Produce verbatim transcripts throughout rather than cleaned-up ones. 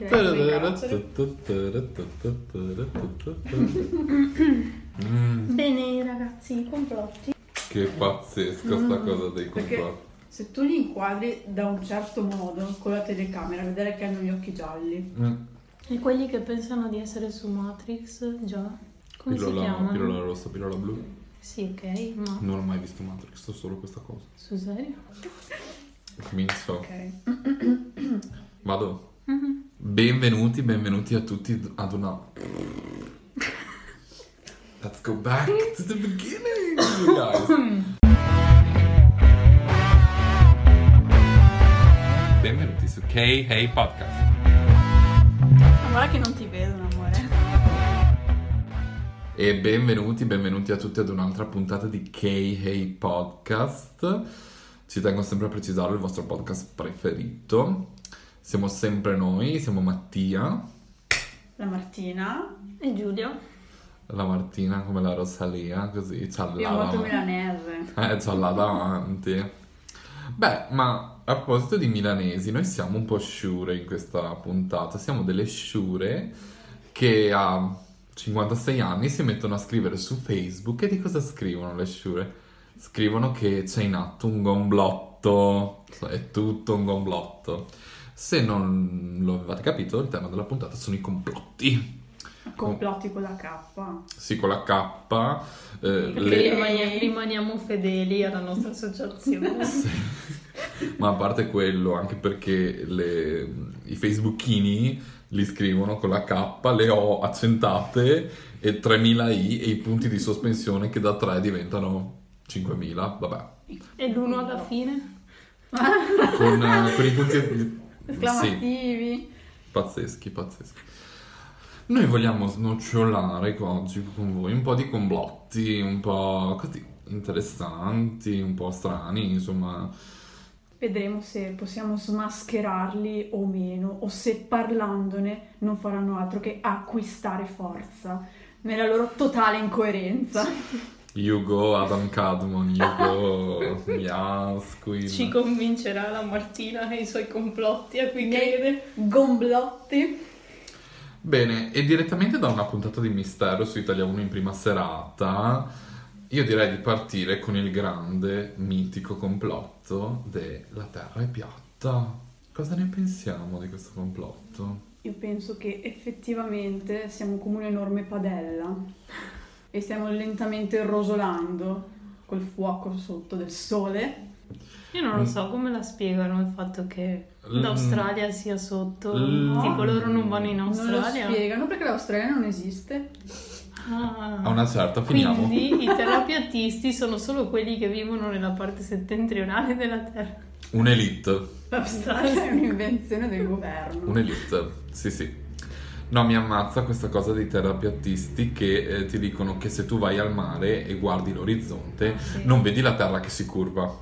Mm. Bene ragazzi, i complotti. Che pazzesca sta mm. cosa dei complotti. Perché se tu li inquadri da un certo modo con la telecamera, vedrai che hanno gli occhi gialli. Mm. E quelli che pensano di essere su Matrix, già. Come pillola, si chiamano? Pillola rossa, pillola blu. Sì, ok, ma... Non ho mai visto Matrix, so solo questa cosa. Sul serio? Comincio. Ok. Vado? Mm-hmm. Benvenuti, benvenuti a tutti ad una... Let's go back to the beginning, you guys. Benvenuti su K Hey Podcast. Guarda che non ti vedono, amore. E benvenuti, benvenuti a tutti ad un'altra puntata di K Hey Podcast. Ci tengo sempre a precisare il vostro podcast preferito. Siamo sempre noi, siamo Mattia, la Martina e Giulia. La Martina come la Rosalia, così c'ha là abbiamo fatto milanese. Eh, c'ha là davanti. Beh, ma a proposito di milanesi, noi siamo un po' sciure in questa puntata. Siamo delle sciure che a cinquantasei anni si mettono a scrivere su Facebook. E di cosa scrivono le sciure? Scrivono che c'è in atto un gomblotto. È tutto un gomblotto. Se non lo avevate capito, il tema della puntata sono i complotti. Complotti con la K. Sì, con la K. Eh, Perché le... rimaniamo, rimaniamo fedeli alla nostra associazione. Sì. Ma a parte quello, anche perché le, i facebookini li scrivono con la K, le O accentate e tremila I e i punti di sospensione che da tre diventano cinquemila, vabbè. E l'uno alla fine? Con, uh, con i punti esclamativi. Sì. Pazzeschi, pazzeschi. Noi vogliamo snocciolare oggi con voi un po' di complotti, un po' così interessanti, un po' strani, insomma. Vedremo se possiamo smascherarli o meno, o se parlandone non faranno altro che acquistare forza nella loro totale incoerenza. You go Adam Cadmon, you go Yas Queen. Ci convincerà la Martina e i suoi complotti a cui crede. Gomblotti. Bene, e direttamente da una puntata di Mistero su Italia uno in prima serata, io direi di partire con il grande, mitico complotto della Terra è piatta. Cosa ne pensiamo di questo complotto? Io penso che effettivamente siamo come un'enorme padella e stiamo lentamente rosolando col fuoco sotto del sole. Io non lo so come la spiegano il fatto che l'Australia sia sotto, no, tipo loro non vanno in Australia. Non lo spiegano perché l'Australia non esiste. Ah, a una certa finiamo. Quindi i terrapiattisti sono solo quelli che vivono nella parte settentrionale della Terra. Un'elite. L'Australia è un'invenzione del governo. Un'elite, sì sì. No, mi ammazza questa cosa dei terrapiattisti che eh, ti dicono che se tu vai al mare e guardi l'orizzonte, sì, non vedi la terra che si curva.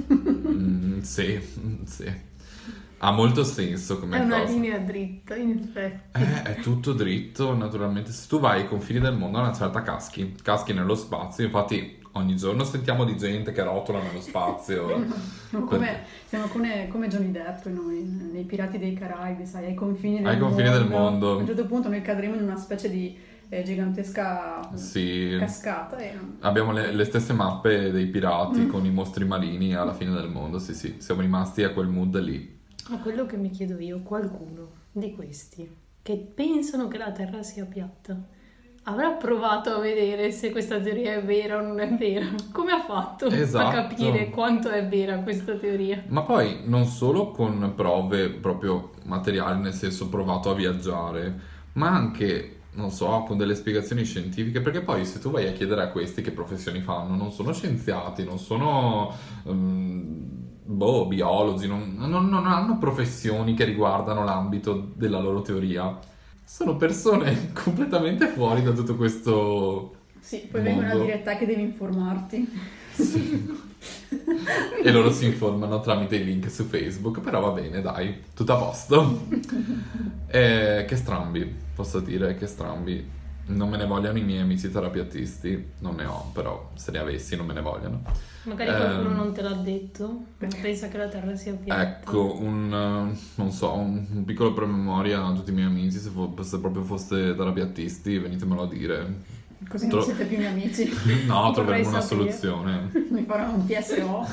mm, sì, sì. Ha molto senso come è cosa. È una linea dritta, in effetti. Eh, è tutto dritto, naturalmente. Se tu vai ai confini del mondo, a una certa caschi. Caschi nello spazio, infatti ogni giorno sentiamo di gente che rotola nello spazio. Siamo come, siamo come, come Johnny Depp noi, nei Pirati dei Caraibi, sai, ai confini del ai mondo. confini del mondo. A un certo punto noi cadremo in una specie di eh, gigantesca sì. cascata. E... Abbiamo le, le stesse mappe dei pirati mm. con i mostri marini alla fine del mondo, sì sì. Siamo rimasti a quel mood lì. Ma quello che mi chiedo io, qualcuno di questi che pensano che la Terra sia piatta avrà provato a vedere se questa teoria è vera o non è vera? Come ha fatto esatto. a capire quanto è vera questa teoria? Ma poi non solo con prove proprio materiali, nel senso provato a viaggiare, ma anche, non so, con delle spiegazioni scientifiche, perché poi se tu vai a chiedere a questi che professioni fanno, non sono scienziati, non sono... Um, boh, biologi, non, non, non hanno professioni che riguardano l'ambito della loro teoria. Sono persone completamente fuori da tutto questo sì, poi mondo. vengono a dire te che devi informarti. Sì. E loro si informano tramite i link su Facebook, però va bene, dai, tutto a posto. eh, che strambi, posso dire, che strambi. non me ne vogliano i miei amici terapiatisti, non ne ho, però se ne avessi non me ne vogliono. Magari qualcuno Ehm, non te l'ha detto, perché pensa che la terra sia piatta. Ecco, un, eh, non so, un, un piccolo promemoria a tutti i miei amici, se, fo- se proprio foste terapiatisti, venitemelo a dire. Così Tro- non siete più miei amici. No, Vorrei troveremo una sapere. soluzione. Noi faremo un T S O.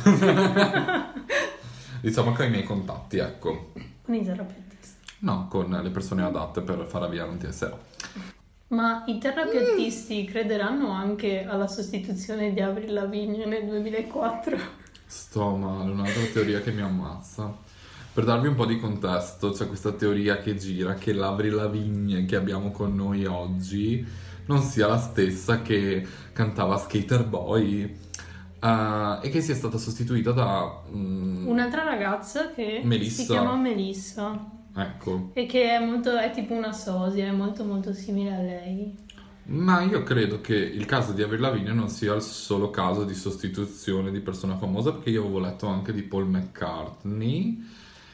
Diciamo che ho i miei contatti, ecco. Con i terapeutisti. No, con le persone adatte per far avviare un T S O. Ma i terapeutisti crederanno anche alla sostituzione di Avril Lavigne nel duemilaquattro? Sto male, un'altra teoria che mi ammazza. Per darvi un po' di contesto, c'è questa teoria che gira che l'Avril Lavigne che abbiamo con noi oggi non sia la stessa che cantava Skater Boy eh, e che sia stata sostituita da... mm, Un'altra ragazza che Melissa. si chiama Melissa ecco. e che è molto, è tipo una sosia, è molto molto simile a lei. Ma io credo che il caso di Avril Lavigne non sia il solo caso di sostituzione di persona famosa, perché io avevo letto anche di Paul McCartney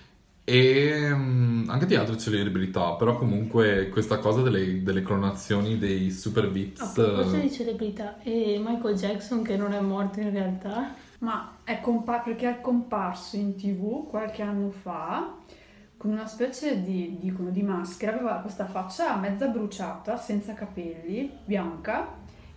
e mm, anche di altre celebrità, però comunque questa cosa delle, delle clonazioni dei super A vips proposito eh, di celebrità, e Michael Jackson che non è morto in realtà. Ma è compa- perché è comparso in tv qualche anno fa con una specie di, dicono, di maschera, aveva questa faccia mezza bruciata, senza capelli, bianca,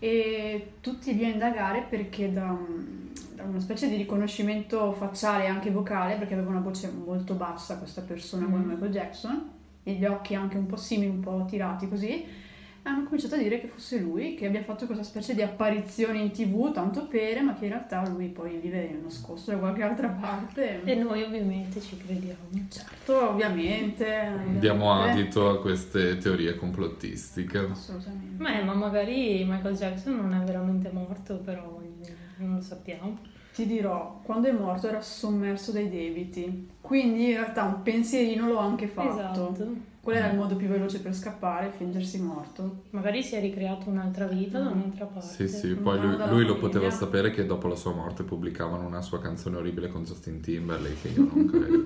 e tutti lì a indagare perché da, un- da una specie di riconoscimento facciale e anche vocale, perché aveva una voce molto bassa questa persona come Mm. Michael Jackson, e gli occhi anche un po' simili, un po' tirati così, hanno cominciato a dire che fosse lui, che abbia fatto questa specie di apparizione in tv, tanto per, ma che in realtà lui poi vive nascosto da qualche altra parte. E noi ovviamente ci crediamo. Certo, ovviamente. diamo ovviamente. adito a queste teorie complottistiche. Assolutamente. Beh, ma magari Michael Jackson non è veramente morto, però non lo sappiamo. Ti dirò, quando è morto era sommerso dai debiti, quindi in realtà un pensierino l'ho anche fatto. Esatto. Qual era il modo più veloce per scappare? Fingersi morto. Magari si è ricreato un'altra vita da un'altra parte. Sì, sì, Non poi lui, dalla lui lo famiglia. poteva sapere che dopo la sua morte pubblicavano una sua canzone orribile con Justin Timberlake, che io non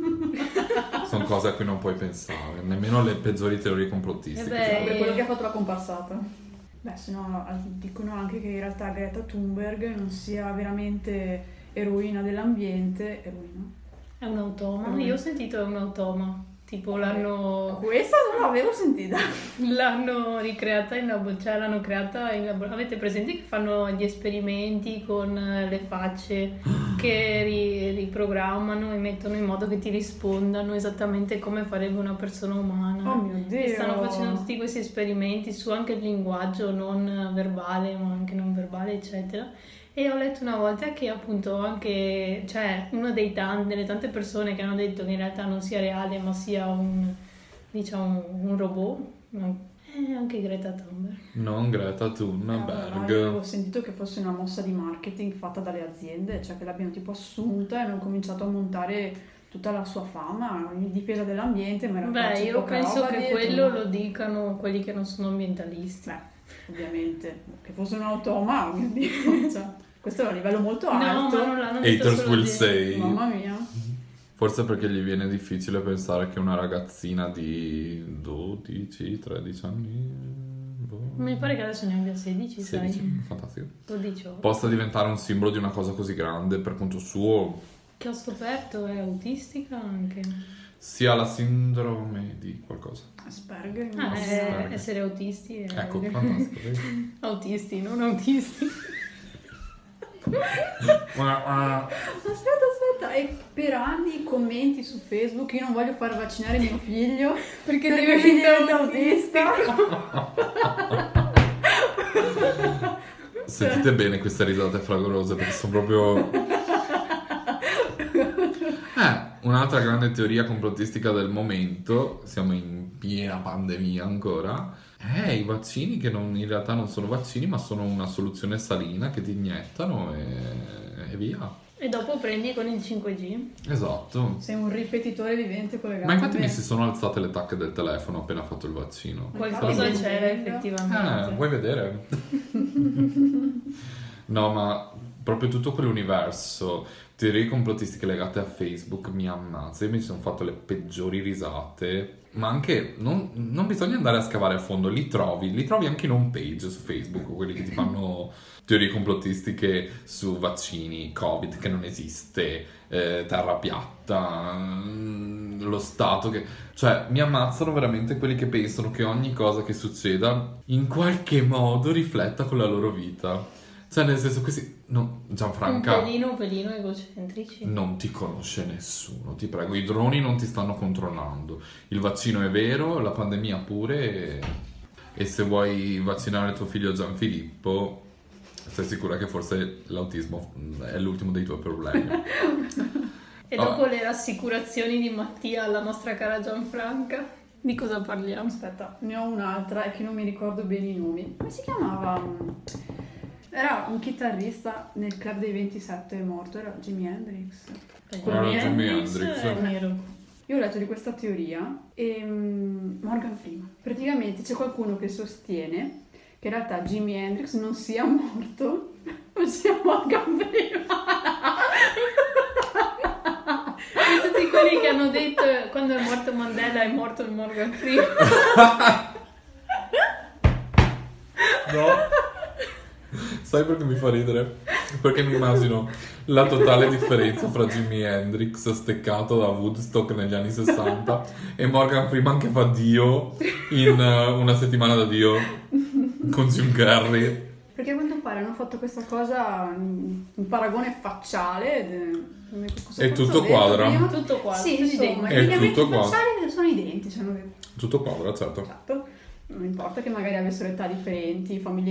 credo. Sono cose a cui non puoi pensare, nemmeno le peggiori teorie complottistiche. Eh beh, cioè. È quello che ha fatto la comparsata. Beh, se no dicono anche che in realtà Greta Thunberg non sia veramente eroina dell'ambiente. Eroina? È un automa. Mm. Io ho sentito è un automa. Tipo l'hanno, Questa non l'avevo sentita. l'hanno ricreata in laboratorio, cioè l'hanno creata in laboratorio. Avete presente che fanno gli esperimenti con eh, le facce che ri- riprogrammano e mettono in modo che ti rispondano esattamente come farebbe una persona umana. Oh mio Dio. E stanno facendo tutti questi esperimenti su anche il linguaggio non verbale, ma anche non verbale, eccetera. E ho letto una volta che appunto anche, cioè, una dei tanti, delle tante persone che hanno detto che in realtà non sia reale, ma sia un, diciamo, un robot, è anche Greta Thunberg. Non Greta No, Thunberg. io avevo sentito che fosse una mossa di marketing fatta dalle aziende, cioè che l'abbiano tipo assunta e hanno cominciato a montare tutta la sua fama in difesa dell'ambiente, ma in realtà Beh, c'è io poca penso roba che dietro. quello lo dicano quelli che non sono ambientalisti. Beh, ovviamente, che fosse un automa, oh mio Dio, cioè, questo è un livello molto No, alto. ma non l'hanno detto Haters solo will di- say. Mamma mia. Forse perché gli viene difficile pensare che una ragazzina di dodici tredici anni, boh, Mi pare che adesso ne abbia sedici, sedici, sai? fantastico, O diciotto. possa diventare un simbolo di una cosa così grande per conto suo. Che ho scoperto è autistica anche. Sia la sindrome di qualcosa. Asperger. Ah, no. è- Asperger. essere autisti è... Ecco, fantastico. vedi? Autisti, non autisti. Aspetta, aspetta, e per anni commenti su Facebook, io non voglio far vaccinare mio figlio Perché perché deve diventa diventare autista. Sentite bene queste risate fragorose perché sono proprio... Eh, un'altra grande teoria complottistica del momento, siamo in piena pandemia ancora, è i vaccini che non- in realtà non sono vaccini ma sono una soluzione salina che ti iniettano e, e via. E dopo prendi con il cinque G. Esatto. Sei un ripetitore vivente collegato. Ma infatti a me. mi si sono alzate le tacche del telefono appena fatto il vaccino. Qualcosa Infatti, c'era vendendo. effettivamente. Eh, vuoi vedere? No, ma proprio tutto quell'universo teorie complottistiche legate a Facebook mi ammazza. Io mi sono fatto le peggiori risate. Ma anche non, non bisogna andare a scavare a fondo, li trovi, li trovi anche in home page su Facebook, quelli che ti fanno teorie complottistiche su vaccini, Covid che non esiste, eh, terra piatta, mm, lo Stato che... Cioè, mi ammazzano veramente quelli che pensano che ogni cosa che succeda in qualche modo rifletta con la loro vita. Cioè, nel senso, questi... No, Gianfranca... Un pelino, un pelino egocentrici. Non ti conosce nessuno, ti prego. I droni non ti stanno controllando. Il vaccino è vero, la pandemia pure. E, e se vuoi vaccinare tuo figlio Gianfilippo, stai sicura che forse l'autismo è l'ultimo dei tuoi problemi. E dopo oh. le rassicurazioni di Mattia alla nostra cara Gianfranca, di cosa parliamo? Aspetta, ne ho un'altra e che non mi ricordo bene i nomi. Come si chiamava? Era un chitarrista nel club dei ventisette, è morto, era Jimi Hendrix. Era Jimi Hendrix. È nero. Io ho letto di questa teoria e um, Morgan Freeman. Praticamente c'è qualcuno che sostiene che in realtà Jimi Hendrix non sia morto, ma sia Morgan Freeman. E tutti quelli che hanno detto quando è morto Mandela è morto il Morgan Freeman. No. Sai perché mi fa ridere? Perché mi immagino la totale differenza fra Jimi Hendrix steccato da Woodstock negli anni sessanta e Morgan Freeman che fa Dio in uh, Una settimana da Dio con Jim Carrey. Perché a quanto pare hanno fatto questa cosa, un paragone facciale ed è tutto quadra. Prima. Tutto quadra. Sì, tutti insomma, è gli elementi tutto quadra. facciali sono identici. Sono... Tutto quadra, certo. Esatto. Non importa che magari avessero età differenti, famiglie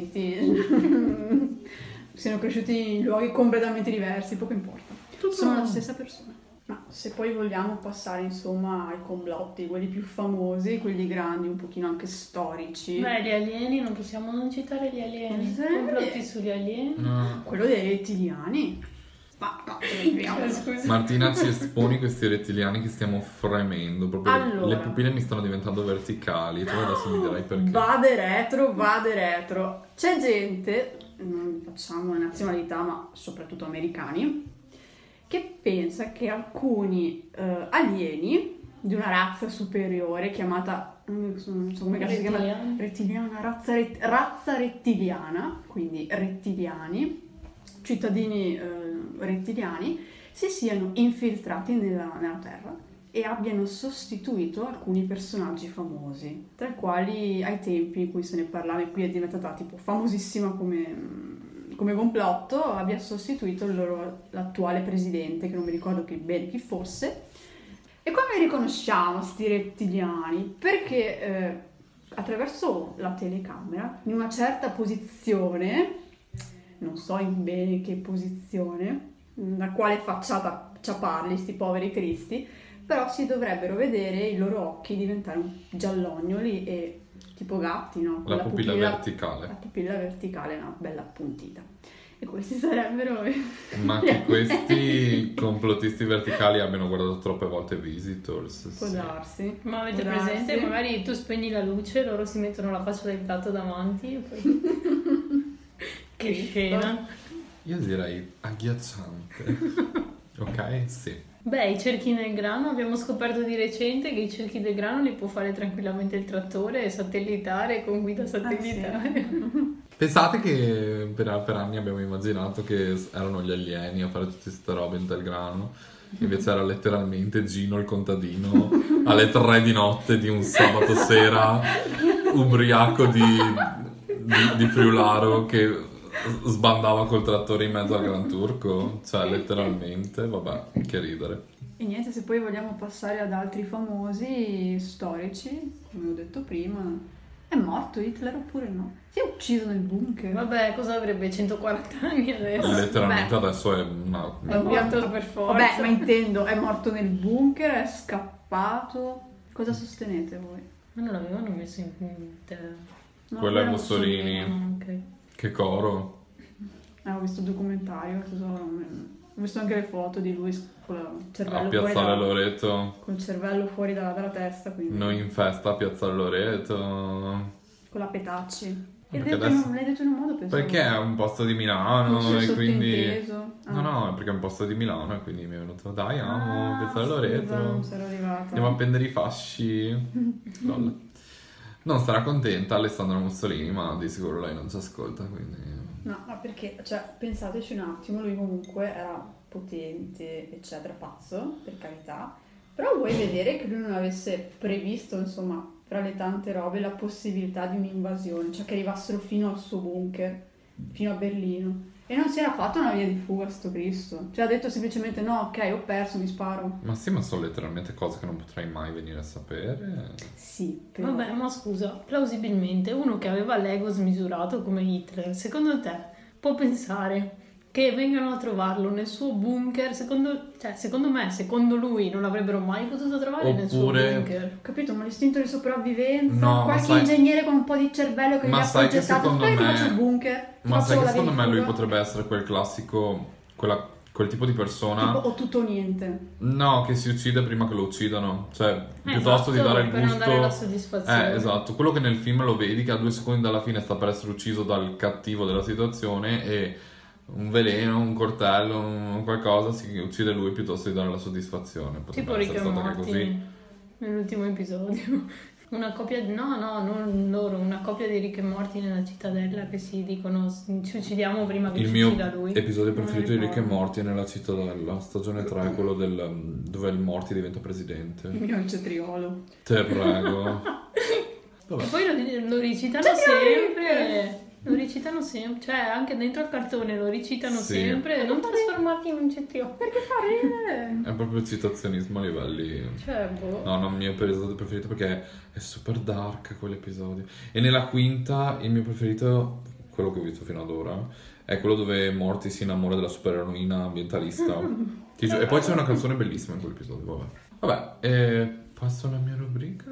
differenti, siano cresciuti in luoghi completamente diversi, poco importa. Tutto Sono no. la stessa persona. Ma se poi vogliamo passare insomma ai complotti, quelli più famosi, quelli grandi, un pochino anche storici. Beh, gli alieni, non possiamo non citare gli alieni. Sarebbe- Complotti sugli alieni. No. Quello dei rettiliani. Ma no, Eh, scusa. Martina, ci esponi questi rettiliani che stiamo fremendo. Proprio le- Allora. le pupille mi stanno diventando verticali. Tu adesso mi dirai perché. Vade retro, vade retro. C'è gente, non facciamo le nazionalità, ma soprattutto americani, che pensa che alcuni eh, alieni di una razza superiore chiamata, non so non so come cazzo si chiama, Rettiliani. rettiliana, razza, ret- razza rettiliana, quindi rettiliani, cittadini eh, rettiliani, si siano infiltrati nella, nella Terra e abbiano sostituito alcuni personaggi famosi, tra i quali ai tempi in cui se ne parlava e qui è diventata tipo famosissima come, come complotto, abbia sostituito il loro, l'attuale presidente, che non mi ricordo che bene chi fosse. E come riconosciamo sti rettiliani? Perché eh, attraverso la telecamera, in una certa posizione, non so in bene che posizione, da quale facciata ciaparli sti poveri cristi, però si dovrebbero vedere i loro occhi diventare un giallognoli e tipo gatti, no? Con La pupilla verticale. La pupilla verticale è una bella appuntita. E questi sarebbero... Ma che questi complottisti verticali abbiano guardato troppe volte Visitors. Può sì. darsi. Ma avete Può presente? darsi. Magari tu spegni la luce, loro si mettono la faccia del gatto davanti e poi... Che scena. Io direi agghiacciante. Ok? Sì. Beh, i cerchi nel grano, abbiamo scoperto di recente che i cerchi del grano li può fare tranquillamente il trattore satellitare con guida satellitare. Pensate che per, per anni abbiamo immaginato che erano gli alieni a fare tutte queste robe in Telgrano. Invece era letteralmente Gino il contadino alle tre di notte di un sabato sera ubriaco di, di, di Friularo che sbandava col trattore in mezzo al Gran Turco. Cioè letteralmente, vabbè, che ridere. E niente, se poi vogliamo passare ad altri famosi storici, come ho detto prima, è morto Hitler oppure no? Si è ucciso nel bunker. Vabbè, cosa avrebbe? centoquaranta anni adesso? Letteralmente Beh. adesso è una... È morto per forza. Vabbè, ma intendo, è morto nel bunker, è scappato. Cosa sostenete voi? Ma non l'avevano messo in terra. No, Quello è quello Mussolini. Ah, ok. Che coro. Eh, ho visto il documentario, tesoro, ho visto anche le foto di lui con il A cervello fuori, Piazzale da, Loreto. con il cervello fuori dalla, dalla testa, quindi Noi in festa a Piazzale Loreto. con la Petacci. L'hai Perché detto, in adesso- un, l'hai detto in un modo pensavo. Perché è un posto di Non Milano si è e quindi... sottinteso. Ah. No, no, è perché è un posto di Milano e quindi mi è venuto, dai, amo, Ah, Piazzale scusa, Loreto. non c'ero arrivata. Andiamo a appendere i fasci. Lol. Non sarà contenta Alessandra Mussolini, ma di sicuro lei non ci ascolta, quindi... No, ma perché, cioè, pensateci un attimo, lui comunque era potente, eccetera, pazzo, per carità, però vuoi vedere che lui non avesse previsto, insomma, fra le tante robe, la possibilità di un'invasione, cioè che arrivassero fino al suo bunker, fino a Berlino, e non si era fatto una via di fuga, sto Cristo, cioè ha detto semplicemente no, ok, ho perso, mi sparo. Ma sì, ma sono letteralmente cose che non potrei mai venire a sapere. Sì, però... Vabbè, ma scusa, plausibilmente uno che aveva l'ego smisurato come Hitler, secondo te può pensare che vengano a trovarlo nel suo bunker? Secondo, cioè, secondo me, secondo lui, non l'avrebbero mai potuto trovare nel suo Oppure- bunker. Capito, ma l'istinto di sopravvivenza, No, ma qualche sai- ingegnere con un po' di cervello che Ma gli ha sai che progettato, secondo "Dai, ti me- faccio il bunker, ti Ma faccio sai che la via secondo di me lui fuga". potrebbe essere quel classico, quella- quel tipo di persona, Tipo, o tutto o niente. no, che si uccide prima che lo uccidano, cioè Eh, piuttosto di esatto, dare il per non dare la gusto... soddisfazione. Eh, esatto, quello che nel film lo vedi che a due secondi dalla fine sta per essere ucciso dal cattivo della situazione e un veleno, un coltello, un qualcosa si uccide lui piuttosto di dare la soddisfazione. Potrebbe Tipo Rick essere e stato anche Morty così. nell'ultimo episodio. Una coppia, no, no, non loro, una coppia di Rick e Morty nella cittadella che si dicono ci uccidiamo prima che Il ci mio uccida lui. episodio Non preferito di Rick e ricordo. Morty è nella cittadella, stagione tre, quello del, um, dove il Morty diventa presidente. Il mio è il cetriolo. Te prego. E Vabbè. poi lo, lo recitano C'è sempre, lo recitano sempre, cioè anche dentro al cartone lo recitano Sì. sempre, non trasformati in un cetriolo. Perché fa ridere? È proprio citazionismo a livelli... Cioè, boh. No, non il mio episodio preferito perché è super dark quell'episodio. E nella quinta il mio preferito, quello che ho visto fino ad ora, è quello dove Morty si innamora della supereroina ambientalista. Ti giuro- E poi c'è una canzone bellissima in quell'episodio, vabbè. Vabbè, e passo alla mia rubrica.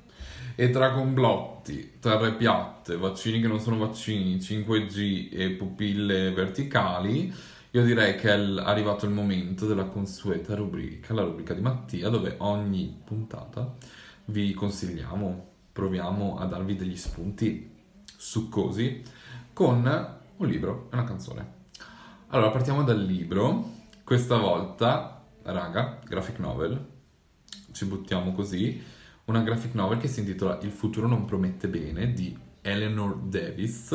E tra complotti, terre piatte, vaccini che non sono vaccini, cinque G e pupille verticali, io direi che è l- arrivato il momento della consueta rubrica, la rubrica di Mattia, dove ogni puntata vi consigliamo, proviamo a darvi degli spunti succosi con un libro e una canzone. Allora, partiamo dal libro. Questa volta, raga, graphic novel. Ci buttiamo così. Una graphic novel che si intitola Il futuro non promette bene di Eleanor Davis.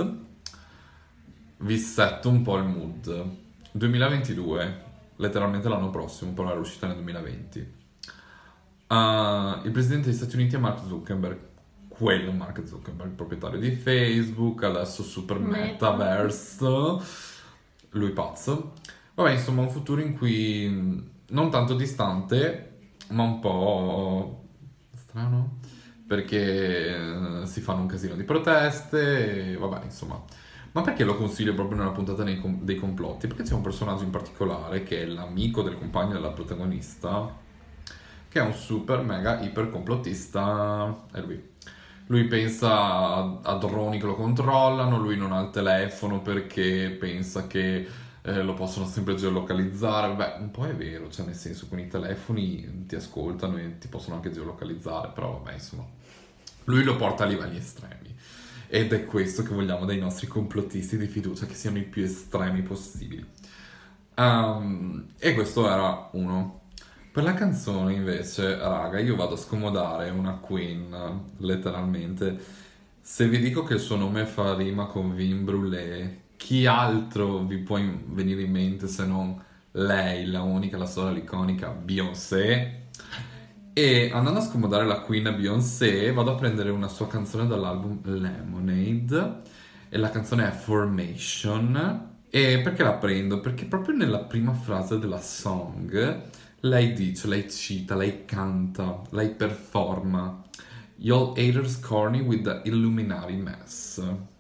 Vi setto un po' il mood. duemilaventidue, letteralmente l'anno prossimo, però era uscita nel duemilaventi. Uh, il presidente degli Stati Uniti è Mark Zuckerberg, quello Mark Zuckerberg, proprietario di Facebook, adesso super Meta. metaverse, lui pazzo. Vabbè, insomma, un futuro in cui mh, non tanto distante, ma un po' strano, perché eh, si fanno un casino di proteste, e vabbè, insomma. Ma perché lo consiglio proprio nella puntata dei, com- dei complotti? Perché c'è un personaggio in particolare che è l'amico del compagno della protagonista, che è un super mega iper complottista, è lui. Lui pensa a, a droni che lo controllano, lui non ha il telefono perché pensa che eh, lo possono sempre geolocalizzare. Beh, un po' è vero, cioè nel senso con i telefoni ti ascoltano e ti possono anche geolocalizzare, però vabbè, insomma, lui lo porta a livelli estremi. Ed è questo che vogliamo dai nostri complottisti di fiducia, che siano i più estremi possibili. Um, e questo era uno. Per la canzone invece, raga, io vado a scomodare una queen, letteralmente. Se vi dico che il suo nome fa rima con Vin Brûlé, chi altro vi può in- venire in mente se non lei, la unica, la sola, l'iconica Beyoncé? E andando a scomodare la queen Beyoncé, vado a prendere una sua canzone dall'album Lemonade, e la canzone è Formation. E perché la prendo? Perché proprio nella prima frase della song lei dice, lei cita, lei canta, lei performa "Y'all haters corny with the Illuminati mess".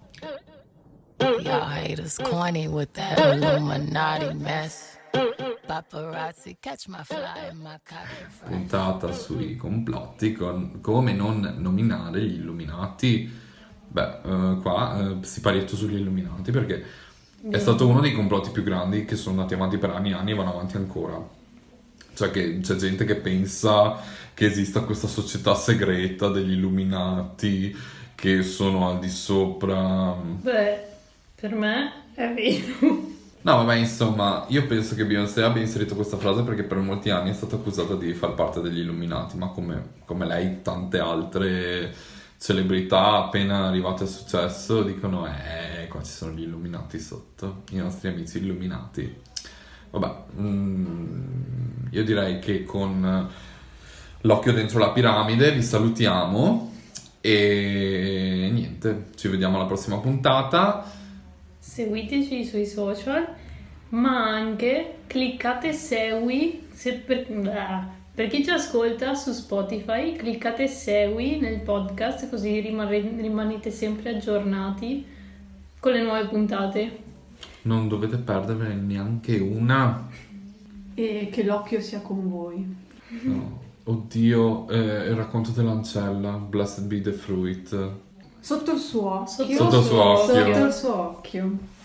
Y'all haters corny with that Illuminati mess. Paparazzi catch my fly in my cocky fry. Puntata sui complotti con come non nominare gli Illuminati. Beh, eh, qua eh, si parietto sugli Illuminati perché è stato uno dei complotti più grandi che sono andati avanti per anni e anni e vanno avanti ancora. Cioè che c'è gente che pensa che esista questa società segreta degli Illuminati che sono al di sopra. Beh, per me è vero. No, vabbè, insomma, io penso che Beyoncé abbia inserito questa frase perché per molti anni è stata accusata di far parte degli Illuminati, ma come, come lei, tante altre celebrità appena arrivate al successo dicono eh, qua ci sono gli Illuminati sotto, i nostri amici Illuminati. Vabbè, mm, io direi che con l'occhio dentro la piramide vi salutiamo e niente, ci vediamo alla prossima puntata. Seguiteci sui social, ma anche cliccate segui, se per, ah, per chi ci ascolta su Spotify, cliccate segui nel podcast così rimarre- rimanete sempre aggiornati con le nuove puntate. Non dovete perderne neanche una. E che l'occhio sia con voi. No. Oddio, eh, il racconto dell'ancella, Blessed be the fruit. Sotto il suo occhio. Sotto Sotto il suo occhio. Sotto il suo occhio.